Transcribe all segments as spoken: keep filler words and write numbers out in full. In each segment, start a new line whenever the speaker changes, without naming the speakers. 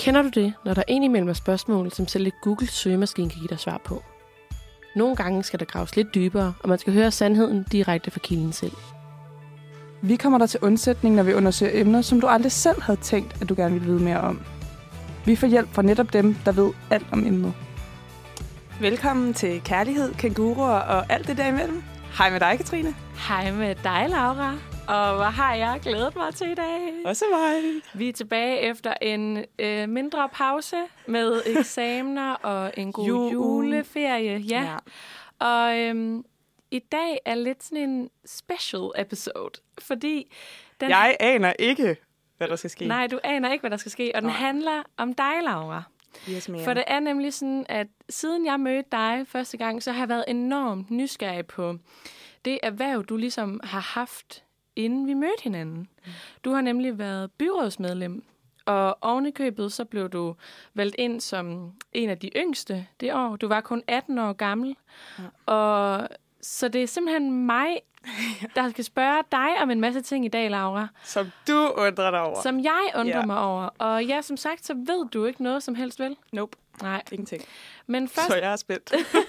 Kender du det, når der indimellem er spørgsmål, som selv et Google-søgemaskine kan give dig svar på? Nogle gange skal der graves lidt dybere, og man skal høre sandheden direkte fra kilden selv.
Vi kommer der til undsætning, når vi undersøger emner, som du aldrig selv havde tænkt, at du gerne ville vide mere om. Vi får hjælp fra netop dem, der ved alt om emnet. Velkommen til Kærlighed, Kænguruer og alt det der imellem. Hej med dig, Katrine.
Hej med dig, Laura. Og hvad har jeg glædet mig til i dag?
Også mig.
Vi er tilbage efter en øh, mindre pause med eksamener og en god Jule. juleferie. Ja. ja. Og øhm, i dag er lidt sådan en special episode, fordi... Den...
Jeg aner ikke, hvad der skal ske.
Nej, du aner ikke, hvad der skal ske, og den Nej. handler om dig, Laura.
Yes,
For det er nemlig sådan, at siden jeg mødte dig første gang, så har jeg været enormt nysgerrig på det erhverv, du ligesom har haft, inden vi mødte hinanden. Mm. Du har nemlig været byrådsmedlem, og oven i købet, så blev du valgt ind som en af de yngste det år. Du var kun atten år gammel. Ja. Og så det er simpelthen mig, der skal spørge dig om en masse ting i dag, Laura.
Som du undrer dig over.
Som jeg undrer ja. mig over. Og ja, som sagt, så ved du ikke noget som helst, vel?
Nope.
Nej.
Ingenting.
Men først...
Så jeg er spændt.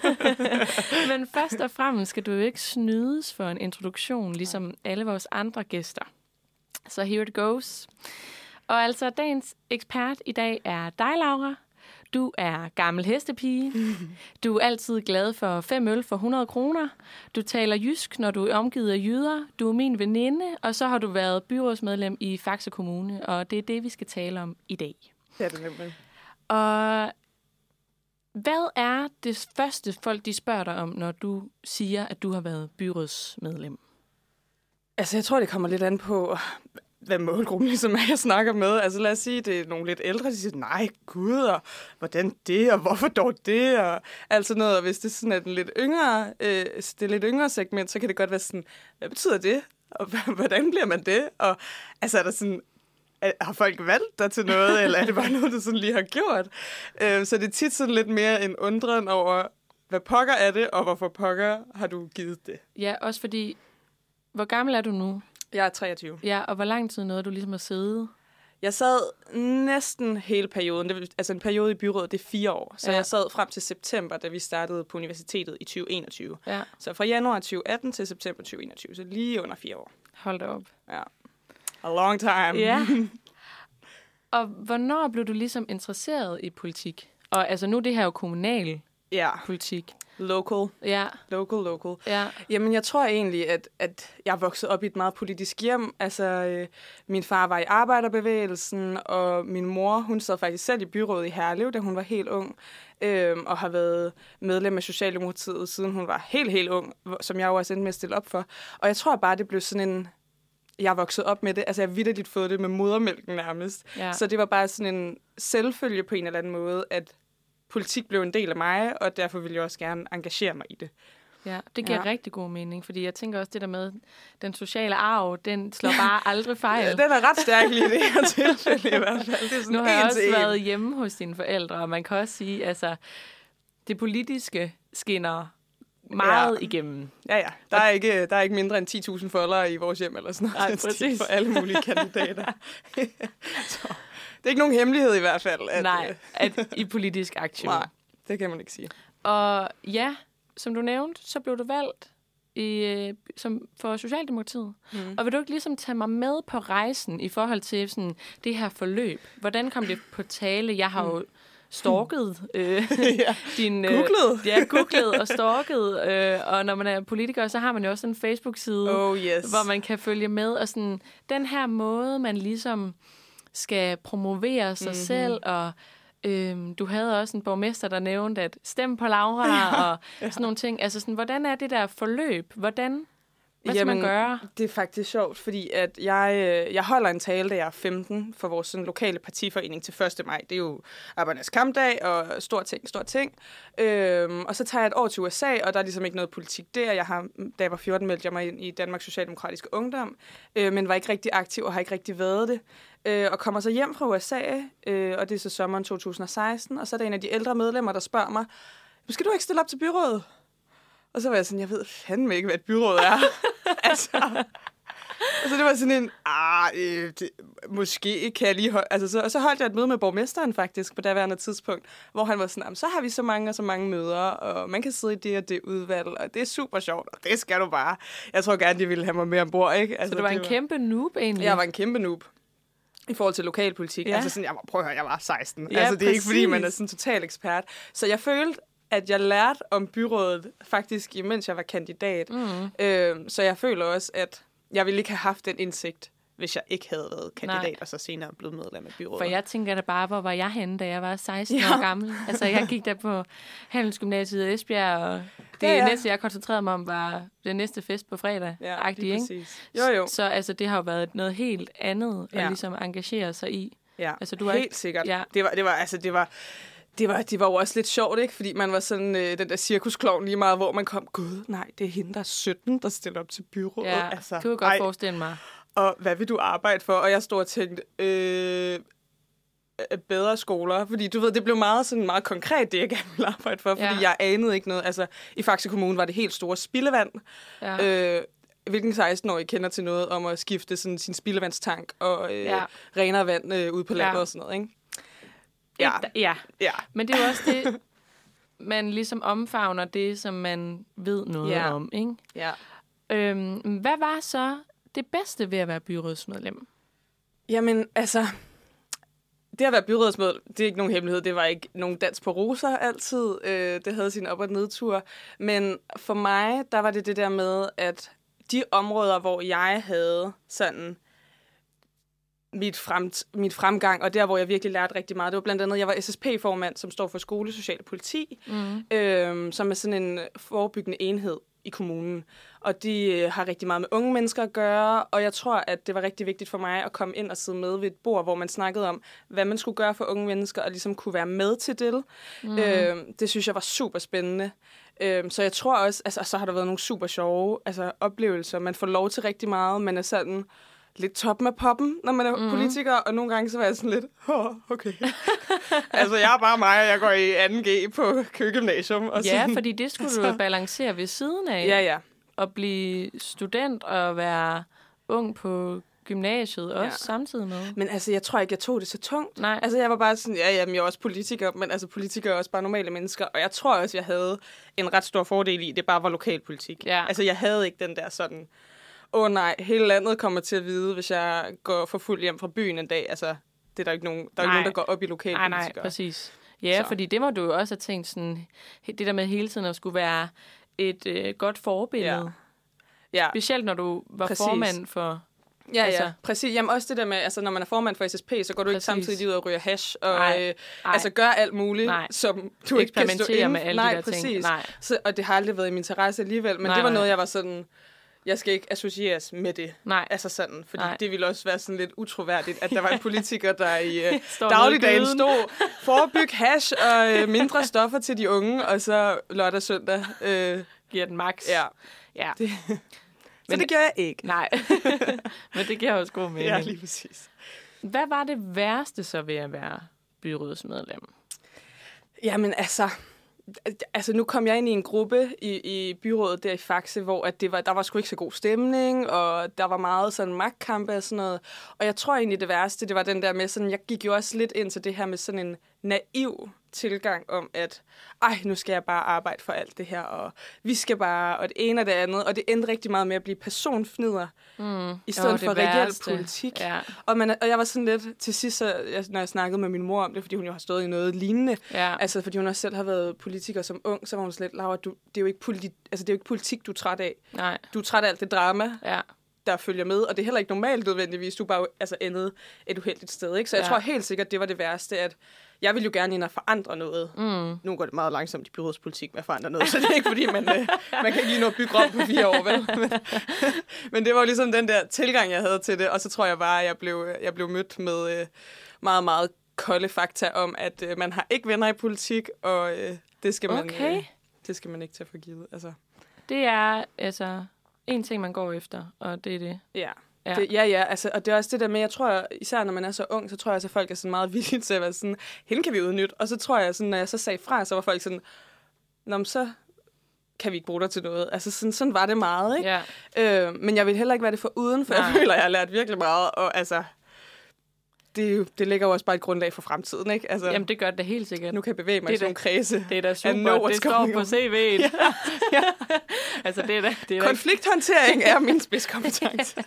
Men først og fremmest skal du jo ikke snydes for en introduktion, ligesom alle vores andre gæster. Så here it goes. Og altså, dagens ekspert i dag er dig, Laura. Du er gammel hestepige. Du er altid glad for fem øl for hundrede kroner. Du taler jysk, når du er omgivet af jyder. Du er min veninde, og så har du været byrådsmedlem i Faxe Kommune, og det er det, vi skal tale om i dag.
Det er det nemlig.
Og hvad er det første folk, de spørger dig om, når du siger, at du har været byrådsmedlem?
Altså, jeg tror, det kommer lidt an på, hvad målgruppen ligesom er, jeg snakker med. Altså, lad os sige, det er nogle lidt ældre, der siger, nej, gud, og hvordan det, og hvorfor dog det, og alt sådan noget. Og hvis det er sådan, at den lidt yngre, øh, det er lidt yngre segment, så kan det godt være sådan, hvad betyder det? Og hvordan bliver man det? Og altså, er der sådan... Har folk valgt dig til noget, eller er det bare noget, du sådan lige har gjort? Øh, så det er tit sådan lidt mere en undren over, hvad pokker er det, og hvorfor pokker har du givet det?
Ja, også fordi, hvor gammel er du nu?
Jeg er treogtyve.
Ja, og hvor lang tid nåede du ligesom at sidde?
Jeg sad næsten hele perioden. Det, altså en periode i byrådet, det er fire år. Så ja. jeg sad frem til september, da vi startede på universitetet i tyve enogtyve. Ja. Så fra januar tyve atten til september tyve enogtyve, så lige under fire år.
Hold da op.
Ja. A long time.
Ja. Og hvornår blev du ligesom interesseret i politik? Og altså nu er det her jo kommunal
ja.
politik.
Local.
Ja.
Local, local.
Ja.
Jamen, jeg tror egentlig, at, at jeg er vokset op i et meget politisk hjem. Altså, øh, min far var i arbejderbevægelsen, og min mor, hun sad faktisk selv i byrådet i Herlev, da hun var helt ung, øh, og har været medlem af Socialdemokratiet, siden hun var helt, helt ung, som jeg jo også endte med at stille op for. Og jeg tror bare, det blev sådan en... Jeg er vokset op med det. Altså, jeg har vitterligt fået det med modermælken nærmest. Ja. Så det var bare sådan en selvfølge på en eller anden måde, at politik blev en del af mig, og derfor ville jeg også gerne engagere mig i det.
Ja, det giver ja. rigtig god mening, fordi jeg tænker også det der med, den sociale arv, den slår bare aldrig fejl.
Ja, den er ret stærk lige i det her tilfælde i hvert fald. Det er sådan
nu har jeg også
en.
været hjemme hos dine forældre, og man kan også sige, altså, det politiske skinner meget ja. igennem.
Ja, ja. Der er ikke, der er ikke mindre end ti tusind foldere i vores hjem, eller sådan noget.
Nej, præcis.
For alle mulige kandidater. Så, det er ikke nogen hemmelighed i hvert fald. At,
Nej, at I politisk aktiv.
Nej, det kan man ikke sige.
Og ja, som du nævnte, så blev du valgt i, som for Socialdemokratiet. Mm. Og vil du ikke ligesom tage mig med på rejsen i forhold til sådan, det her forløb? Hvordan kom det på tale? Jeg har jo mm. stalket. Øh,
ja.
din,
øh, googlet.
Ja, googlet og stalket. Øh, og når man er politiker, så har man jo også en Facebook-side,
oh, yes.
hvor man kan følge med. Og sådan, den her måde, man ligesom skal promovere sig mm-hmm. selv. Og øh, du havde også en borgmester, der nævnte, at stem på Laura ja. og ja. sådan nogle ting. Altså, sådan, hvordan er det der forløb? Hvordan... Hvad skal
Jamen,
man gøre?
Det er faktisk sjovt, fordi at jeg, jeg holder en tale, da jeg er femten, for vores sådan, lokale partiforening til første maj. Det er jo Arbejdernes Kampdag og stor ting, stor ting. Øhm, og så tager jeg et år til U S A, og der er ligesom ikke noget politik der. Jeg har, da jeg var fjorten, meldte jeg mig ind i Danmarks Socialdemokratiske Ungdom, øh, men var ikke rigtig aktiv og har ikke rigtig været det. Øh, og kommer så hjem fra U S A, øh, og det er så sommeren to tusind og seksten, og så er der en af de ældre medlemmer, der spørger mig, skal du ikke stille op til byrådet? Og så var jeg sådan, jeg ved fandme ikke, hvad et byråd er. altså, Og så det var sådan en, ah, øh, det, måske kan jeg lige holde... Altså, så, og så holdt jeg et møde med borgmesteren faktisk på daværende tidspunkt, hvor han var sådan, så har vi så mange og så mange møder, og man kan sidde i det og det udvalg, og det er super sjovt, og det skal du bare. Jeg tror gerne, de ville have mig med ombord, ikke? Altså,
så du var
det
en
var...
kæmpe noob egentlig?
Jeg var en kæmpe noob. I forhold til lokalpolitik.
Ja.
Altså sådan, jeg var, prøv at høre, jeg var seksten.
Ja,
altså, det er
præcis.
ikke, fordi man er sådan total ekspert. Så jeg følte, at jeg lærte om byrådet, faktisk, imens jeg var kandidat. Mm. Øh, så jeg føler også, at jeg ville ikke have haft den indsigt, hvis jeg ikke havde været kandidat, Nej. Og så senere blevet medlem af byrådet.
For jeg tænker da bare, hvor var jeg henne, da jeg var seksten
ja.
år gammel? Altså, jeg gik der på Handelsgymnasiet i Esbjerg, og det ja, ja. næste, jeg koncentrerede mig om, var den næste fest på fredag.
Ja,
agtig, ikke?
Præcis. Jo, jo.
Så altså, det har jo været noget helt andet ja. at ligesom engagere sig i.
Ja,
altså, du
helt
ikke...
sikkert.
Ja.
Det var, det var, altså, det var... Det var, det var jo også lidt sjovt, ikke? Fordi man var sådan øh, den der cirkusklovn lige meget, hvor man kom, gud, nej, det er hende, der er sytten, der stiller op til byrådet.
Ja,
altså,
kunne jeg godt ej. forestille mig.
Og hvad vil du arbejde for? Og jeg stod og tænkte, øh, bedre skoler. Fordi du ved, det blev meget, sådan, meget konkret, det jeg gerne ville arbejde for. Fordi ja. jeg anede ikke noget. Altså, i Faxe Kommune var det helt store spildevand. Ja. Øh, hvilken seksten-årig kender til noget om at skifte sådan, sin spildevandstank og øh, ja. renere vand øh, ude på landet ja. og sådan noget, ikke?
Ja. ja, ja. Men det er jo også det, man ligesom omfavner det, som man ved noget ja. om, ikke?
Ja.
Øhm, hvad var så det bedste ved at være byrådsmedlem?
Jamen, altså, det at være byrådsmedlem, det er ikke nogen hemmelighed. Det var ikke nogen dans på roser altid. Øh, det havde sin op- og nedtur. Men for mig, der var det det der med, at de områder, hvor jeg havde sådan mit, frem, mit fremgang, og der, hvor jeg virkelig lærte rigtig meget, det var blandt andet, jeg var S S P-formand, som står for Skole, Social og Politi, mm. øh, som er sådan en forebyggende enhed i kommunen. Og de har rigtig meget med unge mennesker at gøre, og jeg tror, at det var rigtig vigtigt for mig at komme ind og sidde med ved et bord, hvor man snakkede om, hvad man skulle gøre for unge mennesker, og ligesom kunne være med til det. Mm. Øh, det synes jeg var super spændende. Øh, så jeg tror også, altså, så har der været nogle super sjove altså, oplevelser. Man får lov til rigtig meget, man er sådan lidt toppen af poppen, når man er mm. politiker, og nogle gange så var jeg sådan lidt, åh, oh, okay. altså, jeg er bare mig, og jeg går i anden G på Køge-gymnasium. Og
ja,
sådan.
fordi det skulle altså, du balancere ved siden af.
Ja, ja.
At blive student og være ung på gymnasiet også ja. samtidig med.
Men altså, jeg tror ikke, jeg tog det så tungt.
Nej.
Altså, jeg var bare sådan, ja, jamen, jeg er også politiker, men altså, politikere er også bare normale mennesker, og jeg tror også, jeg havde en ret stor fordel i, det bare var lokalpolitik.
Ja.
Altså, jeg havde ikke den der sådan, åh oh, nej, hele landet kommer til at vide, hvis jeg går for fuld hjem fra byen en dag. Altså, det er der ikke nogen, der, er ikke nogen, der går op i lokalpolitikere.
Nej, nej, præcis. Ja, så. Fordi det må du jo også have tænkt sådan, det der med hele tiden at skulle være et øh, godt forbillede. Ja. Ja. Specielt når du var præcis. formand for...
Ja, altså. ja, præcis. Jamen også det der med, altså når man er formand for S S P, så går du præcis. ikke samtidig ud og ryger hash, og nej, øh, altså gør alt muligt, nej. som du ikke kan stå ind.
med alle
nej,
de der
præcis.
ting. Nej,
så, og det har aldrig været i min interesse alligevel, men nej, det var noget, jeg var sådan... Jeg skal ikke associeres med det.
Nej.
Altså sådan, fordi nej. det ville også være sådan lidt utroværdigt, at der var en politiker, der i uh,
stod
dagligdagen stod forebyg hash og uh, mindre stoffer til de unge, og så lørdag og søndag uh,
giver den max.
Ja.
ja.
Det. Så men, det gør jeg ikke.
Nej, men det giver også god mening.
Ja, lige præcis.
Hvad var det værste så ved at være byrådsmedlem?
Jamen altså... Altså, nu kom jeg ind i en gruppe i, i byrådet der i Faxe, hvor at det var, der var sgu ikke så god stemning, og der var meget sådan magtkampe og sådan noget. Og jeg tror egentlig, det værste, det var den der med sådan, jeg gik jo også lidt ind til det her med sådan en naiv tilgang om, at ej, nu skal jeg bare arbejde for alt det her, og vi skal bare, og det ene og det andet. Og det endte rigtig meget med at blive personfnider, mm. i stedet oh, for reel politik. Ja. Og, man, og jeg var sådan lidt, til sidst, så, jeg, når jeg snakkede med min mor om det, fordi hun jo har stået i noget lignende, ja. altså fordi hun også selv har været politiker som ung, så var hun sådan lidt, Laura, du, det, er jo ikke politi- altså, det er jo ikke politik, du er træt af.
Nej.
Du er træt af alt det drama,
ja.
der følger med, og det er heller ikke normalt nødvendigvis, du bare altså, endede et uheldigt sted. Ikke? Så jeg ja. tror helt sikkert, det var det værste, at jeg vil jo gerne ind og forandre noget. Mm. Nu går det meget langsomt i byrådspolitik med at forandre noget, så det er ikke fordi, man, øh, man kan ikke lige nå at bygge op på fire år, vel? Men, men det var ligesom den der tilgang, jeg havde til det, og så tror jeg bare, at jeg blev, jeg blev mødt med øh, meget, meget kolde fakta om, at øh, man har ikke venner i politik, og øh, det, skal man,
okay.
øh, det skal man ikke tage for givet. Altså.
Det er altså en ting, man går efter, og det er det.
Ja. Ja, det, ja, ja altså, og det er også det der med, jeg tror, især når man er så ung, så tror jeg også, at folk er sådan meget villige til at være sådan, hende kan vi udnytte. Og så tror jeg, sådan, når jeg så sagde fra, så var folk sådan, nå, så kan vi ikke bruge dig til noget. Altså, sådan, sådan var det meget, ikke?
Ja.
Øh, men jeg vil heller ikke være det for uden, for
Nej.
jeg føler, at jeg har lært virkelig meget, og altså, det, er jo, det lægger jo også bare et grundlag for fremtiden, ikke? Altså,
Jamen, det gør det helt sikkert.
nu kan jeg bevæge mig i sådan nogle kredse.
Det er da
know
super,
what's
det står
going
på
on.
C V'et.
Ja, ja.
Altså, det er da, det er da
Konflikthåndtering er min spidskompetence.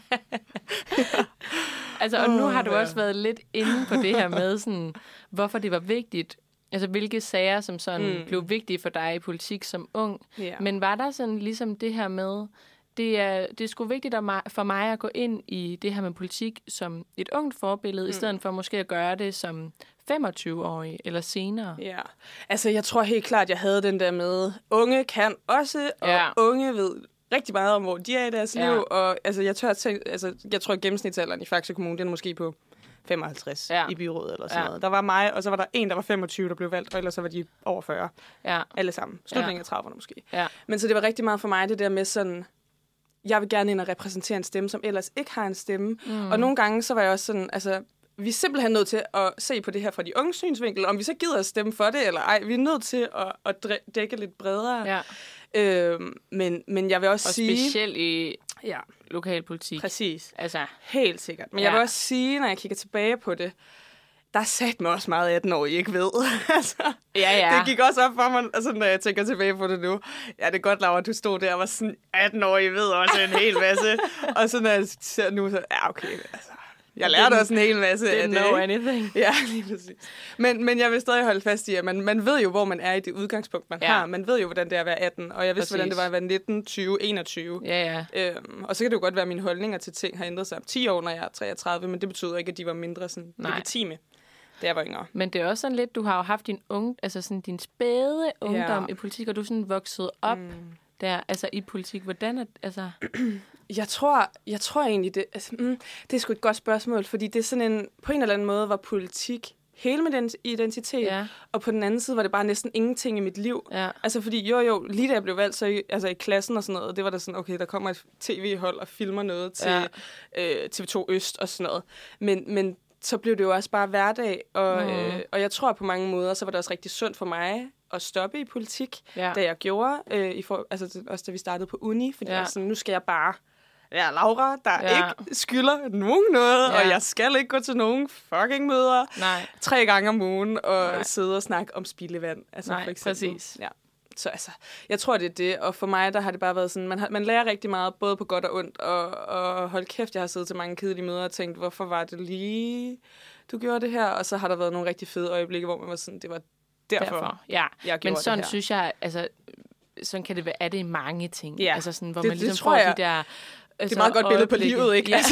Altså, og nu har du
Åh, ja.
også været lidt inde på det her med, sådan, hvorfor det var vigtigt. Altså, hvilke sager, som sådan
Mm.
blev vigtige for dig i politik som ung.
Ja.
Men var der sådan ligesom det her med, det er, det er sgu vigtigt at mig- for mig at gå ind i det her med politik som et ungt forbillede, mm. i stedet for måske at gøre det som femogtyve-årig eller senere.
Ja, altså jeg tror helt klart, jeg havde den der med, unge kan også, og
Ja.
unge ved rigtig meget om, hvor de er i deres
Ja.
liv, og altså jeg tør at tænke, altså jeg tror, at gennemsnitsalderen i Faxe Kommune, den er måske på femoghalvtreds
Ja.
i byrådet eller sådan
Ja.
noget. Der var mig, og så var der en, der var femogtyve, der blev valgt, og ellers så var de over fyrre.
Ja,
Alle sammen. Slutningen af trediverne måske.
ja,
Men så det var rigtig meget for mig, det der med sådan, jeg vil gerne ind og repræsentere en stemme, som ellers ikke har en stemme. Mm. Og nogle gange, så var jeg også sådan, altså, vi er simpelthen nødt til at se på det her fra de unge synsvinkel, om vi så gider at stemme for det, eller ej. Vi er nødt til at, at dæ- dække lidt bredere.
ja.
Øhm, men, men jeg vil også
Og
sige...
specielt i
Ja,
lokalpolitik.
præcis.
Altså,
Helt sikkert. Men
Ja.
jeg vil også sige, når jeg kigger tilbage på det, der satte mig også meget atten år, I ikke ved. altså,
ja, ja.
Det gik også op for mig, altså, når jeg tænker tilbage på det nu. Ja, det er godt, Laura, at du stod der og var sådan atten år, I ved også en hel masse. Og så når jeg ser nu, så ja, okay, altså, jeg lærte også en hel masse af
Didn't
det.
know
ikke?
anything.
Ja, lige præcis. Men, men jeg vil stadig holde fast i, at man, man ved jo, hvor man er i det udgangspunkt, man
Ja.
har. Man ved jo, hvordan det er at være atten, og jeg vidste,
Præcis.
hvordan det var at være nitten, tyve, enogtyve.
Ja, ja.
Øhm, og så kan det jo godt være, at mine holdninger til ting har ændret sig om ti år, når jeg er treogtredive, men det betyder ikke, at de var mindre sådan,
Nej.
legitime, da jeg var yngre.
Men det er også sådan lidt, du har jo haft din unge, altså sådan din spæde ungdom
Ja.
i politik, og du er sådan vokset op
Mm.
der, altså i politik. Hvordan er, altså...
Jeg tror, jeg tror egentlig, det, altså, mm, det er sgu et godt spørgsmål, fordi det er sådan en, på en eller anden måde var politik hele min identitet,
Ja,
og på den anden side var det bare næsten ingenting i mit liv.
ja,
Altså fordi, jo jo, lige da jeg blev valgt, så i, altså i klassen og sådan noget, det var der sådan, okay, der kommer et tv-hold og filmer noget til
Ja.
øh, T V to Øst og sådan noget. Men, men så blev det jo også bare hverdag, og,
Mm.
øh, og jeg tror på mange måder, så var det også rigtig sundt for mig at stoppe i politik,
ja.
da jeg gjorde, øh, i for, altså også da vi startede på uni, fordi
Ja.
ja. sådan, nu skal jeg bare være Laura, der
Ja.
ja. ikke skylder nogen noget,
Ja.
og jeg skal ikke gå til nogen fucking møder
Nej,
tre gange om ugen og
Nej.
Nej. sidde og snakke om spildevand. Altså,
Nej,
for eksempel.
præcis.
Ja. Så altså, jeg tror, det er det. Og for mig, der har det bare været sådan, man, har, man lærer rigtig meget, både på godt og ondt. Og, og hold kæft, jeg har siddet til mange kedelige møder og tænkt, hvorfor var det lige, du gjorde det her? Og så har der været nogle rigtig fede øjeblikke, hvor man var sådan, det var derfor,
derfor.
derfor.
Ja,
jeg gjorde
men sådan
det her.
synes jeg, altså, sådan kan det være, er det i mange ting.
Ja,
Altså sådan, hvor
det-
man
det
ligesom
tror
får
jeg-
de der...
Det er et meget godt billede på livet, ikke?
Ja.
Altså,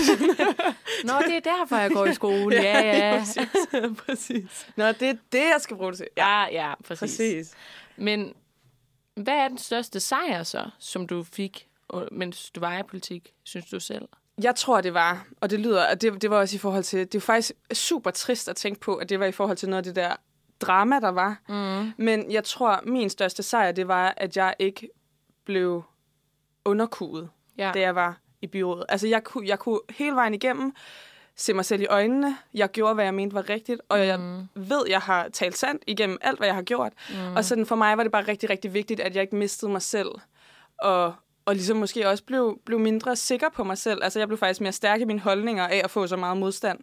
Nå, det er derfor, jeg går i skole. Ja, ja.
præcis. præcis. Nå, det er det, jeg skal bruge det til.
Ja, ja, præcis.
præcis.
Men hvad er den største sejr så, som du fik, øh, mens du var i politik, synes du selv?
Jeg tror, det var, og det lyder, at det, det var også i forhold til, det er faktisk super trist at tænke på, at det var i forhold til noget af det der drama, der var.
Mm.
Men jeg tror, min største sejr, det var, at jeg ikke blev underkuet,
Ja.
da jeg var i byrådet. Altså, jeg kunne, jeg kunne hele vejen igennem se mig selv i øjnene. Jeg gjorde, hvad jeg mente var rigtigt, og jeg
Mm.
ved, jeg har talt sandt igennem alt, hvad jeg har gjort.
Mm.
Og sådan for mig var det bare rigtig, rigtig vigtigt, at jeg ikke mistede mig selv, og, og ligesom måske også blev, blev mindre sikker på mig selv. Altså, jeg blev faktisk mere stærk i mine holdninger af at få så meget modstand.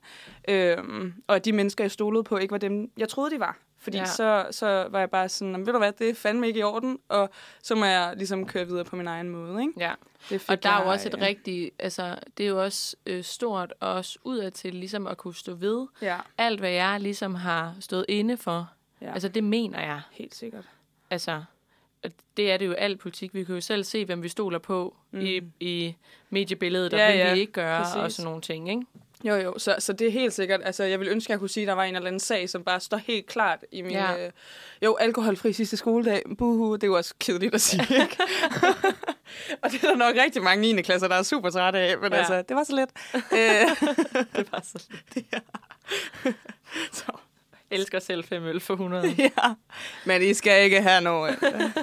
Øhm, og at de mennesker, jeg stolede på, ikke var dem, jeg troede, de var. Fordi
Ja.
ja. så, så var jeg bare sådan, ved du hvad, det er fandme ikke i orden, og så må jeg ligesom køre videre på min egen måde, ikke?
Ja.
Det fik
Og der er jo
jeg,
også et
øh,
rigtig, altså, det er jo også øh, stort, og også udadtil ligesom at kunne stå ved
Ja,
alt, hvad jeg ligesom har stået inde for.
ja.
Altså, det mener jeg.
helt sikkert.
Altså, og det er det jo al politik. Vi kan jo selv se, hvem vi stoler på mm. i, i mediebilledet, og
Ja,
hvem
ja,
vi ikke gør,
præcis.
og sådan nogle ting, ikke?
Jo, jo, så, så det er helt sikkert. Altså, jeg vil ønske, at jeg kunne sige, at der var en eller anden sag, som bare står helt klart i min...
Ja.
Øh, jo, alkoholfri sidste skoledag. Buhu, det er jo også kedeligt at sige, ikke? Og det er der nok rigtig mange niende klasser, der er super trætte af, men
Ja.
ja. altså, det var så let. Øh,
Det var så lidt.
ja. Så,
Elsker selv fem øl for hundrede.
ja. Men I skal ikke have noget.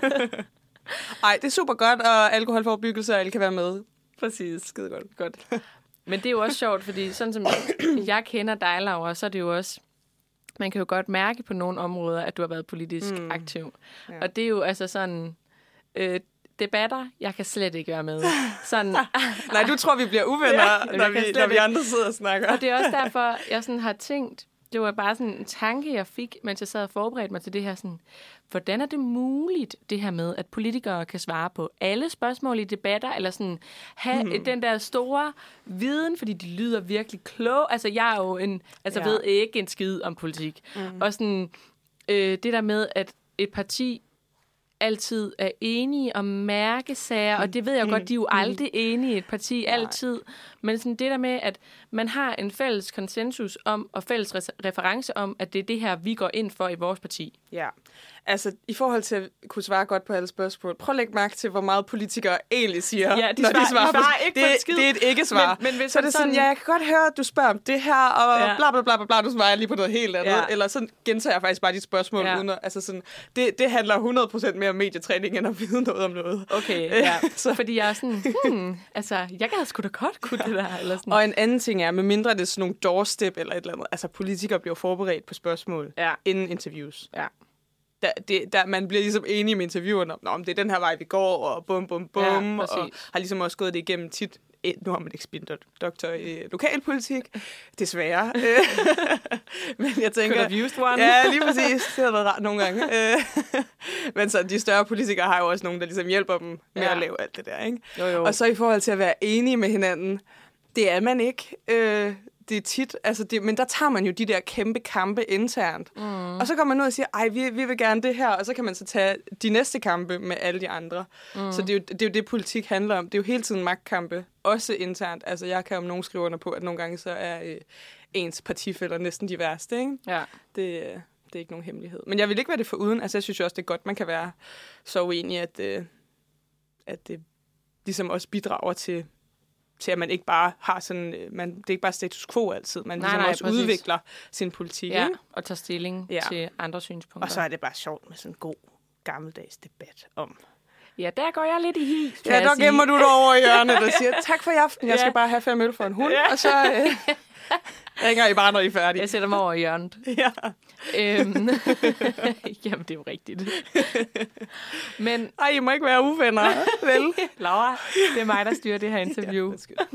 Ej, det er super godt, og alkoholforebyggelse, og alle kan være med.
Præcis. Skide godt. godt. Men det er jo også sjovt, fordi sådan som jeg kender dig, Laura, så er det jo også... Man kan jo godt mærke på nogle områder, at du har været politisk mm. aktiv.
Ja.
Og det er jo altså sådan... Øh, debatter, jeg kan slet ikke være med. Sådan,
Nej, du tror, vi bliver uvenner,
Ja,
når,
jeg kan
vi,
slet
når vi
ikke.
andre sidder og snakker.
og det er også derfor, jeg sådan har tænkt, det var bare sådan en tanke, jeg fik, mens jeg sad og forberedte mig til det her. Sådan, hvordan er det muligt, det her med, at politikere kan svare på alle spørgsmål i debatter, eller sådan have mm. den der store viden, fordi de lyder virkelig kloge. Altså, jeg er jo en, altså
Ja.
ved ikke en skid om politik. Mm. Og sådan, øh, det der med, at et parti altid er enige om mærkesager, og det ved jeg jo godt, de er jo aldrig enige i et parti, altid. Men sådan det der med, at man har en fælles konsensus om, og fælles reference om, at det er det her, vi går ind for i vores parti.
Ja, altså i forhold til at kunne svare godt på alle spørgsmål, prøv at lægge mærke til, hvor meget politikere egentlig siger,
Ja, de
når
svarer-
de svarer.
de svarer ikke på
det,
en skid.
det er et ikke-svar.
Men- men hvis
så er
man
det sådan,
sådan-
ja, jeg kan godt høre, at du spørger om det her, og
Ja.
bla bla bla bla bla, du svarer lige på noget helt andet.
Ja.
Eller sådan gentager jeg faktisk bare dit spørgsmål.
Ja.
Uden at, altså sådan, det, det handler hundrede procent mere om medietræning, end at vide noget om noget.
Okay, ja.
Så-
Fordi jeg er sådan, hmm, altså, jeg gad sgu da godt kunne det der. Eller sådan.
Og en anden ting er, med mindre det er sådan nogle doorstep eller et eller andet, altså politikere bliver forberedt på spørgsmål
Ja.
inden interviews.
Ja.
Der, det, der, man bliver ligesom enig med interviewerne om, om det er den her vej, vi går, og bum, bum, bum,
Ja,
og
præcis.
har ligesom også gået det igennem tit. Eh, Nu har man ikke spildt doktor i lokalpolitik, desværre. Men jeg tænker...
Could have used one.
Ja, lige præcis. Det har været rart nogle gange. Øh, Men så de større politikere har jo også nogen, der ligesom hjælper dem med
Ja.
at lave alt det der, ikke?
Jo, jo.
Og så i forhold til at være enige med hinanden, det er man ikke. Øh, det er tit, altså det, men der tager man jo de der kæmpe kampe internt. Mm. Og så går man ud og siger, ej, vi, vi vil gerne det her, og så kan man så tage de næste kampe med alle de andre. Mm. Så det er, jo, det er jo det, politik handler om. Det er jo hele tiden magtkampe, også internt. Altså jeg kan om nogen skrive under på, at nogle gange så er øh, ens partifæller næsten de værste, ikke?
Ja.
Det, øh, det er ikke nogen hemmelighed. Men jeg vil ikke være det for uden. Altså jeg synes jo også, det er godt, man kan være så uenig, at, øh, at det ligesom også bidrager til til at man ikke bare har sådan, man, det er ikke bare status quo altid, man
Nej,
ligesom
nej,
også
præcis.
udvikler sin politik,
Ja,
ikke?
og tager stilling
Ja.
til andre synspunkter.
Og så er det bare sjovt med sådan en god gammeldags debat om.
Ja, der går jeg lidt i hi.
Ja, der gemmer du dig over i hjørnet og siger, tak for i aften, jeg
Ja.
skal bare have fem øl for en hund,
Ja.
og så øh, ringer I bare, når I er færdige.
Jeg sætter mig over i hjørnet.
Ja.
øhm. Jamen, det er jo rigtigt. Men
Ej, I må ikke være uvenner, vel?
Laura, det er mig, der styrer det her interview.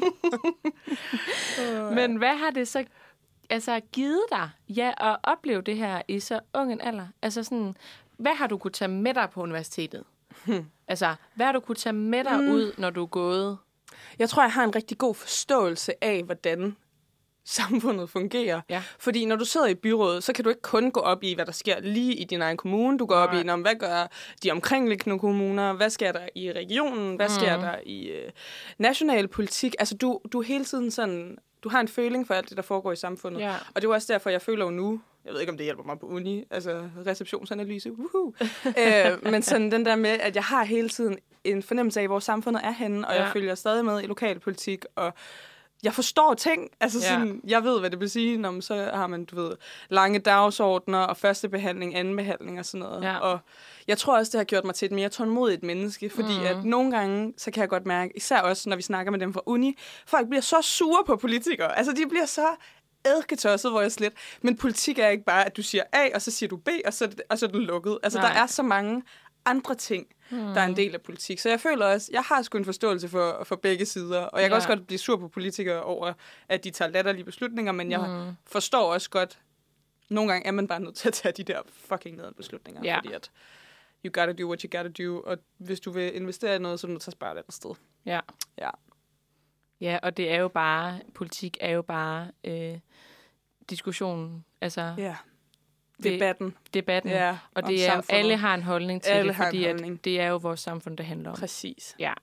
Ja,
Men hvad har det så altså, givet dig ja, at opleve det her i så ung en alder? Altså sådan, hvad har du kunne tage med dig på universitetet? Hmm. Altså, hvad har du kunne tage med dig mm. ud, når du er gået?
Jeg tror, jeg har en rigtig god forståelse af, hvordan samfundet fungerer.
Ja.
Fordi når du sidder i byrådet, så kan du ikke kun gå op i, hvad der sker lige i din egen kommune. Du går op
Nej.
i, om, hvad gør de omkringliggende kommuner? Hvad sker der i regionen? Hvad mm. sker der i øh, national politik? Altså, du, du er hele tiden sådan... Du har en føling for alt det, der foregår i samfundet.
Ja.
Og det er også derfor, jeg føler jo nu... Jeg ved ikke, om det hjælper mig på uni. Altså, receptionsanalyse. Woohoo. øh, men sådan den der med, at jeg har hele tiden en fornemmelse af, hvor samfundet er henne. Og ja. jeg følger stadig med i lokalpolitik. Og jeg forstår ting. Altså sådan, ja. jeg ved, hvad det vil sige, når man så har man, du ved, lange dagsordner og første behandling, anden behandling og sådan noget.
Ja.
Og jeg tror også, det har gjort mig til et mere tålmodigt menneske, fordi mm. at nogle gange, så kan jeg godt mærke, især også, når vi snakker med dem fra uni, folk bliver så sure på politikere. Altså, de bliver så ædketosset, hvor jeg slet. Men politik er ikke bare, at du siger A, og så siger du B, og så, og så er det lukket. Altså, Nej. der er så mange andre ting, hmm. der er en del af politik. Så jeg føler også, jeg har sgu en forståelse for, for begge sider, og jeg kan ja. også godt blive sur på politikere over, at de tager latterlige beslutninger, men jeg hmm. forstår også godt, nogle gange er man bare nødt til at tage de der fucking nedre beslutninger,
ja.
fordi at you gotta do what you gotta do, og hvis du vil investere i noget, så er du nødt til at spare det andet sted.
Ja.
Ja.
Ja, og det er jo bare, politik er jo bare øh, diskussionen, altså...
Ja. Debatten.
Debatten.
Ja,
og det er jo, alle har en holdning til
alle
det, fordi
at
det er jo vores samfund, det handler om.
Præcis.
Ja.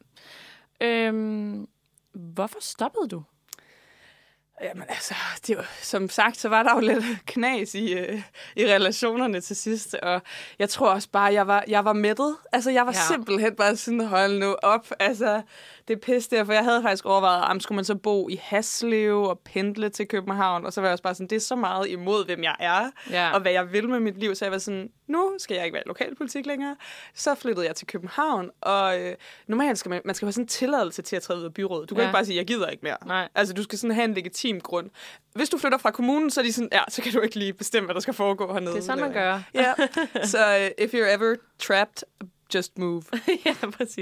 Øhm, hvorfor stoppede du?
Jamen altså, det var, som sagt, så var der jo lidt knas i, øh, i relationerne til sidst, og jeg tror også bare, jeg var, jeg var mættet. Altså, jeg var ja. simpelthen bare sådan, hold nu op. Altså, det er pisse der, for jeg havde faktisk overvejet, om skulle man så bo i Haslev og pendle til København, og så var jeg også bare sådan, det er så meget imod, hvem jeg er,
ja.
og hvad jeg vil med mit liv, så jeg var sådan, nu skal jeg ikke være i lokalpolitik længere. Så flyttede jeg til København, og øh, normalt skal man, man skal have sådan en tilladelse til at træde ud af byrådet. Du kan ja. ikke bare sige, jeg gider ikke mere.
Nej.
Altså, du skal sådan have en legitim grund. Hvis du flytter fra kommunen, så er de sådan, ja, så kan du ikke lige bestemme, hvad der skal foregå hernede.
Det er sådan, man gør.
Ja, så uh, if you're ever trapped, just move.
Ja, præcis.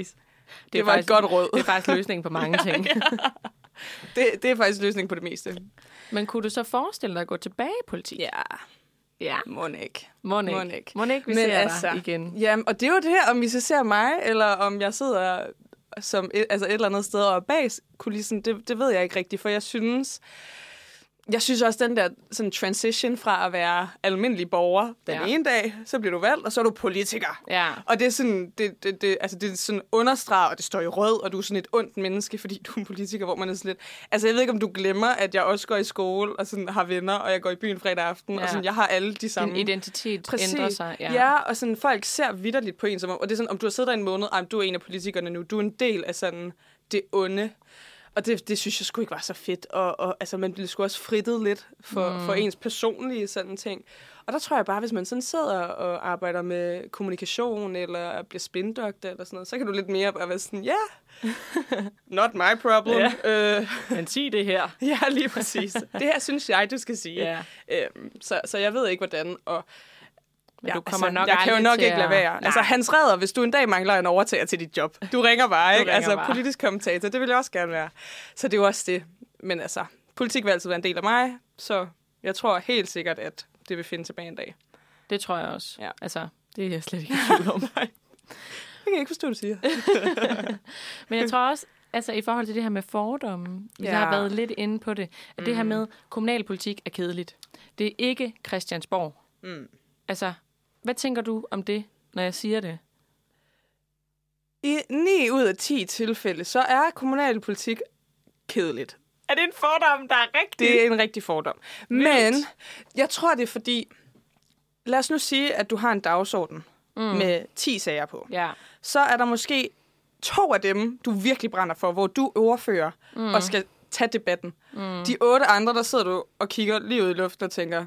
det, det var
faktisk,
et godt råd.
Det er faktisk løsningen på mange ting.
det, det er faktisk løsningen på det meste.
Men kunne du så forestille dig at gå tilbage i politik?
Ja.
Ja.
Må ikke.
Må ikke.
Må ikke.
Må ikke, vi
Men
ser
altså,
dig igen.
Jamen, og det er jo det her, om I så ser mig, eller om jeg sidder som et, altså et eller andet sted og bag kulissen, det, det ved jeg ikke rigtigt, for jeg synes... Jeg synes også, den der sådan transition fra at være almindelig borger den ja. ene dag, så bliver du valgt, og så er du politiker.
Ja.
Og det er sådan, det, det, det, altså det er sådan understreget, og det står i rød, og du er sådan et ondt menneske, fordi du er en politiker, hvor man er sådan lidt... Altså jeg ved ikke, om du glemmer, at jeg også går i skole, og sådan har venner, og jeg går i byen fredag aften, ja. og sådan, jeg har alle de samme...
Din identitet
Præcis.
ændrer sig. Ja.
ja, og sådan, folk ser vitterligt på en, som om, og det er sådan, om du har siddet der en måned, ej, du er en af politikerne nu, du er en del af sådan det onde. Og det, det synes jeg sgu ikke var så fedt. Og, og altså, man bliver sgu også frittet lidt for, mm. for ens personlige sådan ting. Og der tror jeg bare, hvis man sådan sidder og arbejder med kommunikation, eller bliver spindoktor eller sådan noget, så kan du lidt mere bare være sådan, ja, yeah, not my problem.
Ja. Øh. Men sig det her.
Ja, lige præcis. Det her synes jeg, du skal sige.
Ja.
Øhm, så, så jeg ved ikke, hvordan... Og
Men
ja,
du kommer
altså,
nok
jeg kan jo nok ikke
at...
lade være. Nej. Altså, Hans Redder, hvis du en dag mangler en overtager til dit job. Du ringer bare, ikke?
ringer
altså,
bare.
politisk kommentator, det vil jeg også gerne være. Så det er jo også det. Men altså, politik vil altid være en del af mig, så jeg tror helt sikkert, at det vil finde tilbage en dag.
Det tror jeg også.
Ja.
Altså, det er jeg slet ikke i tvivl om.
Det kan jeg ikke forstå, du siger.
Men jeg tror også, altså i forhold til det her med fordomme, ja. jeg har været lidt inde på det, at mm. det her med kommunalpolitik er kedeligt. Det er ikke Christiansborg.
Mm.
Altså, hvad tænker du om det, når jeg siger det?
I ni ud af ti tilfælde, så er kommunalpolitik kedeligt.
Er det en fordom, der er rigtig?
Det er en rigtig fordom. Vildt. Men jeg tror, det er fordi... Lad os nu sige, at du har en dagsorden mm. med ti sager på.
Ja.
Så er der måske to af dem, du virkelig brænder for, hvor du overfører mm. og skal tage debatten. Mm. De otte andre, der sidder du og kigger lige ud i luften og tænker,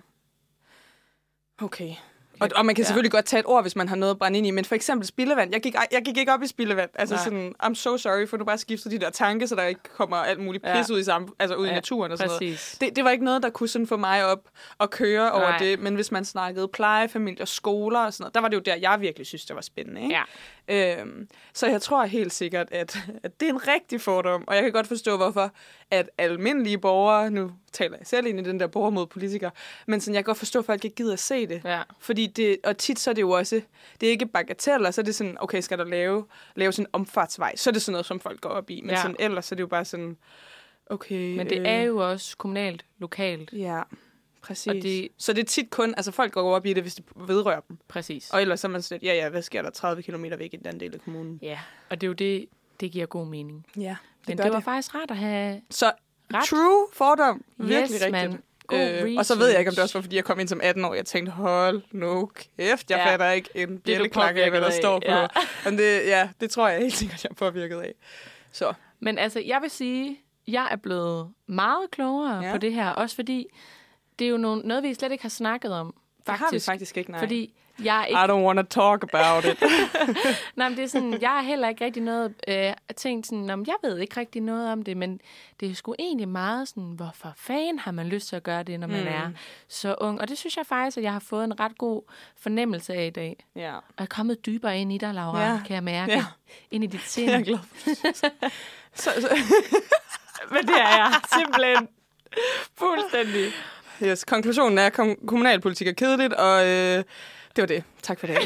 okay... Og, og man kan ja. selvfølgelig godt tage et ord, hvis man har noget at brænde ind i, men for eksempel spildevand. Jeg gik, jeg gik ikke op i spildevand. Altså Nej. sådan, I'm so sorry, for du bare skifter de der tanke, så der ikke kommer alt muligt pis ja. ud, i, sammen, altså ud ja, i naturen og sådan noget. Det, det var ikke noget, der kunne sådan få mig op og køre over Nej. det, men hvis man snakkede plejefamilier, skoler og sådan noget, der var det jo der, jeg virkelig synes, det var spændende. Ikke? Ja. Øhm, så jeg tror helt sikkert, at, at det er en rigtig fordom, og jeg kan godt forstå, hvorfor at almindelige borgere, nu taler jeg selv ind i den der borger mod politikere, men sådan, jeg kan godt forstå, at folk ikke gider at se det. Ja. Fordi det, og tit så er det jo også, det er ikke bagateller, så er det sådan, okay, skal der lave, lave sådan en omfartsvej, så er det sådan noget, som folk går op i. Men ja. sådan, ellers så er det jo bare sådan, okay...
Men det
øh,
er jo også kommunalt, lokalt.
Ja, præcis.
Og det,
så det er tit kun, altså folk går op i det, hvis det vedrører dem.
Præcis.
Og ellers så er man sådan, ja ja, hvad sker der tredive kilometer væk i den del af kommunen?
Ja, og det er jo det, det giver god mening.
Ja, det
Men det var det. faktisk rart at have...
Så ret. True fordom, virkelig
yes,
rigtigt. Øh, og så ved jeg ikke, om det også var, fordi jeg kom ind som atten år. Jeg tænkte, hold nu kæft, jeg ja. fatter ikke en bjælleklakke af, hvad der af. står på. Ja. Men det, ja, det tror jeg helt sikkert, jeg er påvirket af. Så.
Men altså, jeg vil sige, jeg er blevet meget klogere ja. på det her. Også fordi, det er jo noget, noget vi slet ikke har snakket om. Faktisk.
Det har vi faktisk ikke, nej.
Fordi jeg ikke...
I don't want to talk about it.
Nej, men det er sådan, jeg har heller ikke rigtig noget øh, tænkt sådan, om jeg ved ikke rigtig noget om det, men det er sgu egentlig meget sådan, hvorfor fanden har man lyst til at gøre det, når man mm. er så ung? Og det synes jeg faktisk, at jeg har fået en ret god fornemmelse af i dag.
Ja.
Og jeg er kommet dybere ind i dig, Laura, ja. kan jeg mærke. Ja. Ind i dit sind.
Jeg er glad for så, så.
Men det er jeg simpelthen fuldstændig.
Yes, konklusionen er, at kom- kommunalpolitik er kedeligt, og øh, det var det. Tak for det.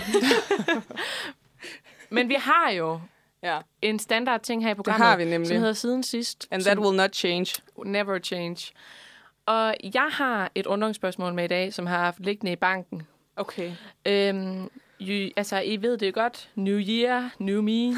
Men vi har jo ja. en standard ting her i programmet,
det har vi nemlig.
som hedder Siden Sidst.
And that will not change.
Never change. Og jeg har et undringsspørgsmål med i dag, som har haft liggende i banken.
Okay.
Øhm, jo, altså, I ved det godt. New year, new me.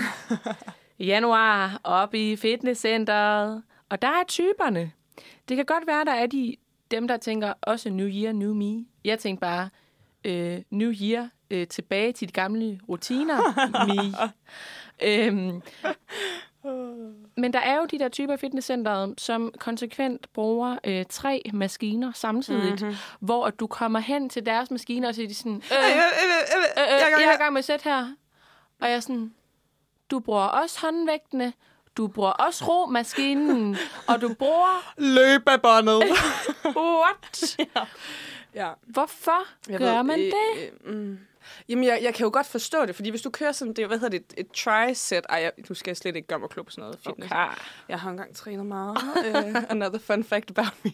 Januar, op i fitnesscenteret. Og der er typerne. Det kan godt være, der er de... Dem, der tænker også New Year, New Me. Jeg tænkte bare, øh, New Year, øh, tilbage til de gamle rutiner. Me. øhm, men der er jo de der typer i fitnesscenteret, som konsekvent bruger øh, tre maskiner samtidig, mm-hmm. hvor du kommer hen til deres maskiner, og så er de sådan, øh, øh, øh, øh, øh, jeg er i gang med at sætte her. Og jeg er sådan, du bruger også håndvægtene, du bruger også romaskinen, og du bruger...
Løbebåndet.
What?
Ja. Ja.
Hvorfor
Jeg
gør
ved,
man
øh,
det?
Øh, mm. Jamen, jeg, jeg kan jo godt forstå det, fordi hvis du kører sådan, det, hvad hedder det, et try-set, ej, jeg, nu skal jeg slet ikke gøre mig klog på sådan noget fitness.
Okay.
Jeg har engang trænet meget. uh, another fun fact about me.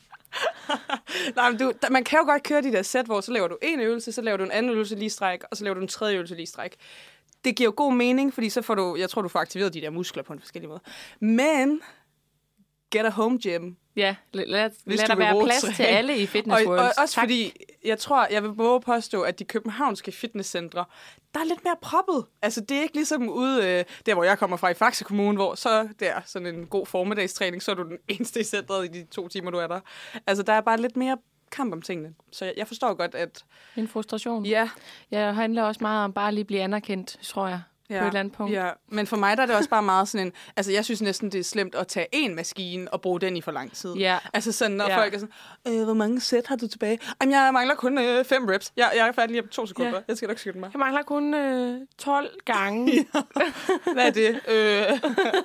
Nej, men du, der, man kan jo godt køre de der sæt, hvor så laver du en øvelse, så laver du en anden øvelse lige stræk, og så laver du en tredje øvelse lige stræk. Det giver jo god mening, fordi så får du, jeg tror, du får aktiveret de der muskler på en forskellig måde. Men get a home gym.
Ja, lad, lad, lad der være plads til alle i Fitness
og,
World.
og også
tak.
fordi, jeg tror, jeg vil våge påstå, at de københavnske fitnesscentre, der er lidt mere proppet. Altså, det er ikke ligesom ude, øh, der hvor jeg kommer fra i Faxe Kommune, hvor så der sådan en god formiddagstræning, så er du den eneste i centret i de to timer, du er der. Altså, der er bare lidt mere kamp om tingene. Så jeg, jeg forstår godt, at...
En frustration.
Ja.
Ja, det handler også meget om bare lige at blive anerkendt, tror jeg.
Ja,
på et eller andet punkt.
Ja, men for mig der er det også bare meget sådan en... Altså, jeg synes næsten, det er slemt at tage en maskine og bruge den i for lang tid.
Ja.
Altså sådan, når
Ja.
folk er sådan, øh, hvor mange sæt har du tilbage? Jamen, jeg mangler kun øh, fem reps. Jeg, jeg er færdig lige om to sekunder.
Ja.
Jeg skal nok skynde mig.
Jeg mangler kun øh, tolv gange.
Ja. Hvad er det? Øh,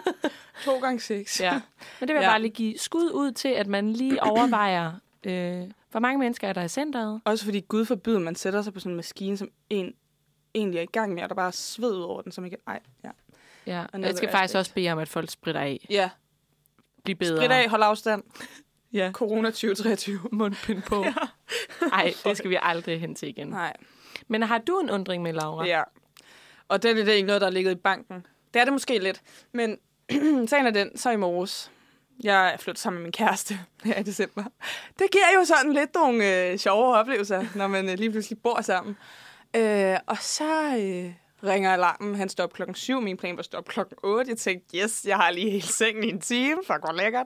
to gange seks.
Ja. Men det vil jeg
Ja.
bare lige give skud ud til, at man lige overvejer, øh, hvor mange mennesker er der i centret.
Også fordi Gud forbyder, man sætter sig på sådan en maskine, som en egentlig er i gang med, og der bare er sved ud over den, som ikke... Ej, ja.
Ja.
Another
Jeg skal faktisk
aspect.
også bede om, at folk spritter af.
Ja.
Bliv bedre.
Sprit af, hold afstand.
Ja.
Corona tyve treogtyve.
Mundbind på. Nej, det skal vi aldrig hen til igen.
Nej.
Men har du en undring med, Laura?
Ja. Og det er det ikke noget, der er ligget i banken. Det er det måske lidt. Men sagen er den, så i morges. Jeg er flyttet sammen med min kæreste her i december. Det giver jo sådan lidt nogle øh, sjove oplevelser, når man øh, lige pludselig bor sammen. Øh, og så øh, ringer alarmen. Han står op klokken syv. Min plan var at stå op klokken otte. Jeg tænkte, yes, jeg har lige hele sengen i en time. Fuck, hvor lækkert.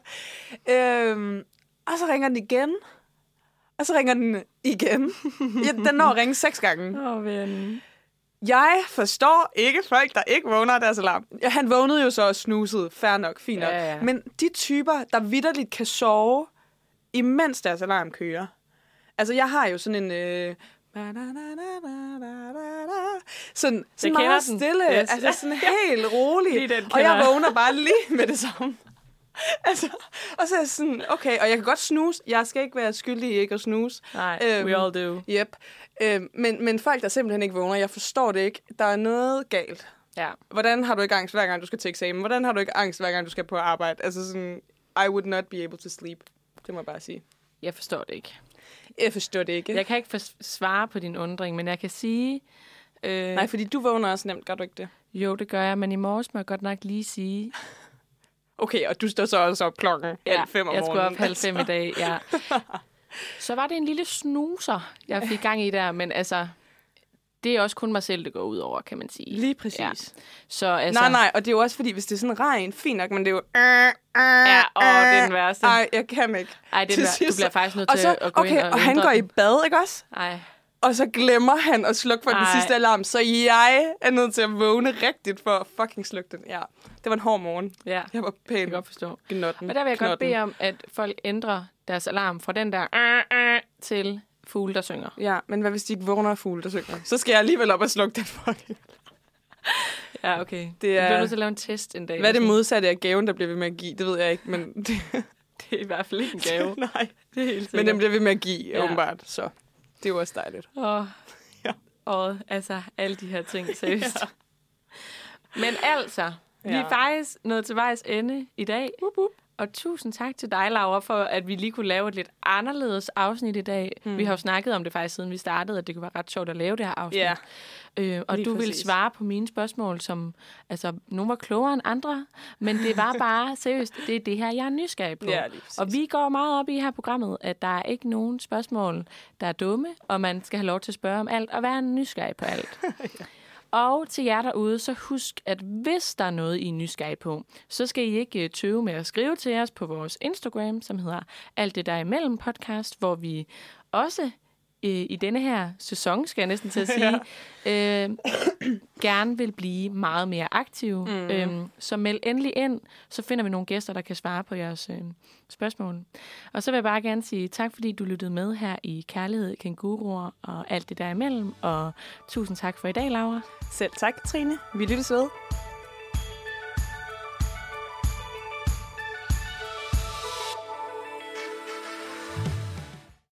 Øh, og så ringer den igen. Og så ringer den igen. Ja, den når at ringe seks gange.
Åh, oh, ven.
Jeg forstår ikke folk, der ikke vågner af deres alarm. Ja, han vågnede jo så og snusede. Fair nok, fint nok.
Ja, ja.
Men de typer, der vitterligt kan sove, imens deres alarm kører. Altså, jeg har jo sådan en... Øh, sådan, sådan meget
den.
stille.
Yes.
Altså sådan helt rolig.
Lige den
Og jeg
kender jeg.
vågner bare lige med det samme. Altså, og så er jeg sådan, okay, og jeg kan godt snuse. Jeg skal ikke være skyldig i ikke at snuse.
Nej,
Øhm,
we all do.
Yep. Øhm, men, men folk, der simpelthen ikke vågner, jeg forstår det ikke. Der er noget galt.
Ja.
Hvordan har du ikke angst, hver gang du skal til eksamen? Hvordan har du ikke angst, hver gang du skal på arbejde? Altså sådan, I would not be able to sleep. Det må jeg bare sige.
Jeg forstår det ikke.
Jeg forstår det ikke.
Jeg kan ikke fors- svare på din undring, men jeg kan sige... Øh,
Nej, fordi du vågner også nemt, gør du ikke det?
Jo, det gør jeg, men i morges må jeg godt nok lige sige...
Okay, og du står så også op klokken
Ja,
halv fem om
jeg
morgenen.
skulle op halv fem i dag, ja. Så var det en lille snuser, jeg fik gang i der, men altså... Det er også kun mig selv, det går ud over, kan man sige.
Lige præcis.
Ja. Så altså...
Nej, nej, og det er jo også fordi, hvis det er sådan regn, fint nok, men det er jo...
Ja, åh, det er den værste.
Nej, jeg kan ikke.
Ej, det er
Til
den vær- du
sidst-
bliver faktisk nødt
og
til
så,
at gå
okay,
ind og
og han
ændre
går i
den.
bad, ikke også?
Ej.
Og så glemmer han at slukke for den
Ej.
sidste alarm, så jeg er nødt til at vågne rigtigt for at fucking slukke den. Ja, det var en hård morgen.
Ja,
Jeg var
det
pæn
kan jeg godt forstå.
gnotten.
Og der vil jeg godt
knotten.
bede om, at folk ændrer deres alarm fra den der øh, øh, til fugle, der synger.
Ja, men hvad hvis de ikke vågner af fugle, der synger? Så skal jeg alligevel op og slukke den for det.
Ja, okay.
Det
Vi
er-
bliver nødt til at lave en test en dag.
Hvad er det modsatte af gaven, der bliver ved med at give? Det ved jeg ikke, men det,
Det er i hvert fald ikke en gave.
nej.
Det er helt
Men
sikkert.
den bliver ved med at give,
Ja.
ja. åbenbart. Så det er jo også dejligt.
Åh,
Ja.
og altså, alle de her ting, seriøst. Ja. Men altså, vi er
Ja.
faktisk nået til vejs ende i dag.
Wup, wup.
Og tusind tak til dig, Laura, for at vi lige kunne lave et lidt anderledes afsnit i dag. Mm. Vi har jo snakket om det faktisk, siden vi startede, at det kunne være ret sjovt at lave det her afsnit.
Ja.
Øh, og
Lige
du ville
præcis.
svare på mine spørgsmål, som, altså, nogle var klogere end andre, men det var bare, seriøst, det er det her, jeg er nysgerrig på.
Ja, lige præcis.
Og vi går meget op i her programmet, at der er ikke nogen spørgsmål, der er dumme, og man skal have lov til at spørge om alt, og være nysgerrig på alt. ja. Og til jer derude, så husk, at hvis der er noget, I er nysgerrige på, så skal I ikke tøve med at skrive til os på vores Instagram, som hedder Alt det der imellem podcast, hvor vi også øh, i denne her sæson, skal jeg næsten til at sige, øh, gerne vil blive meget mere aktive. Mm. Øhm, så meld endelig ind, så finder vi nogle gæster, der kan svare på jeres øh, spørgsmål. Og så vil jeg bare gerne sige tak, fordi du lyttede med her i Kærlighed, Kænguruer og alt det der imellem. Og tusind tak for i dag, Laura.
Selv tak, Trine. Vi lyttes ved.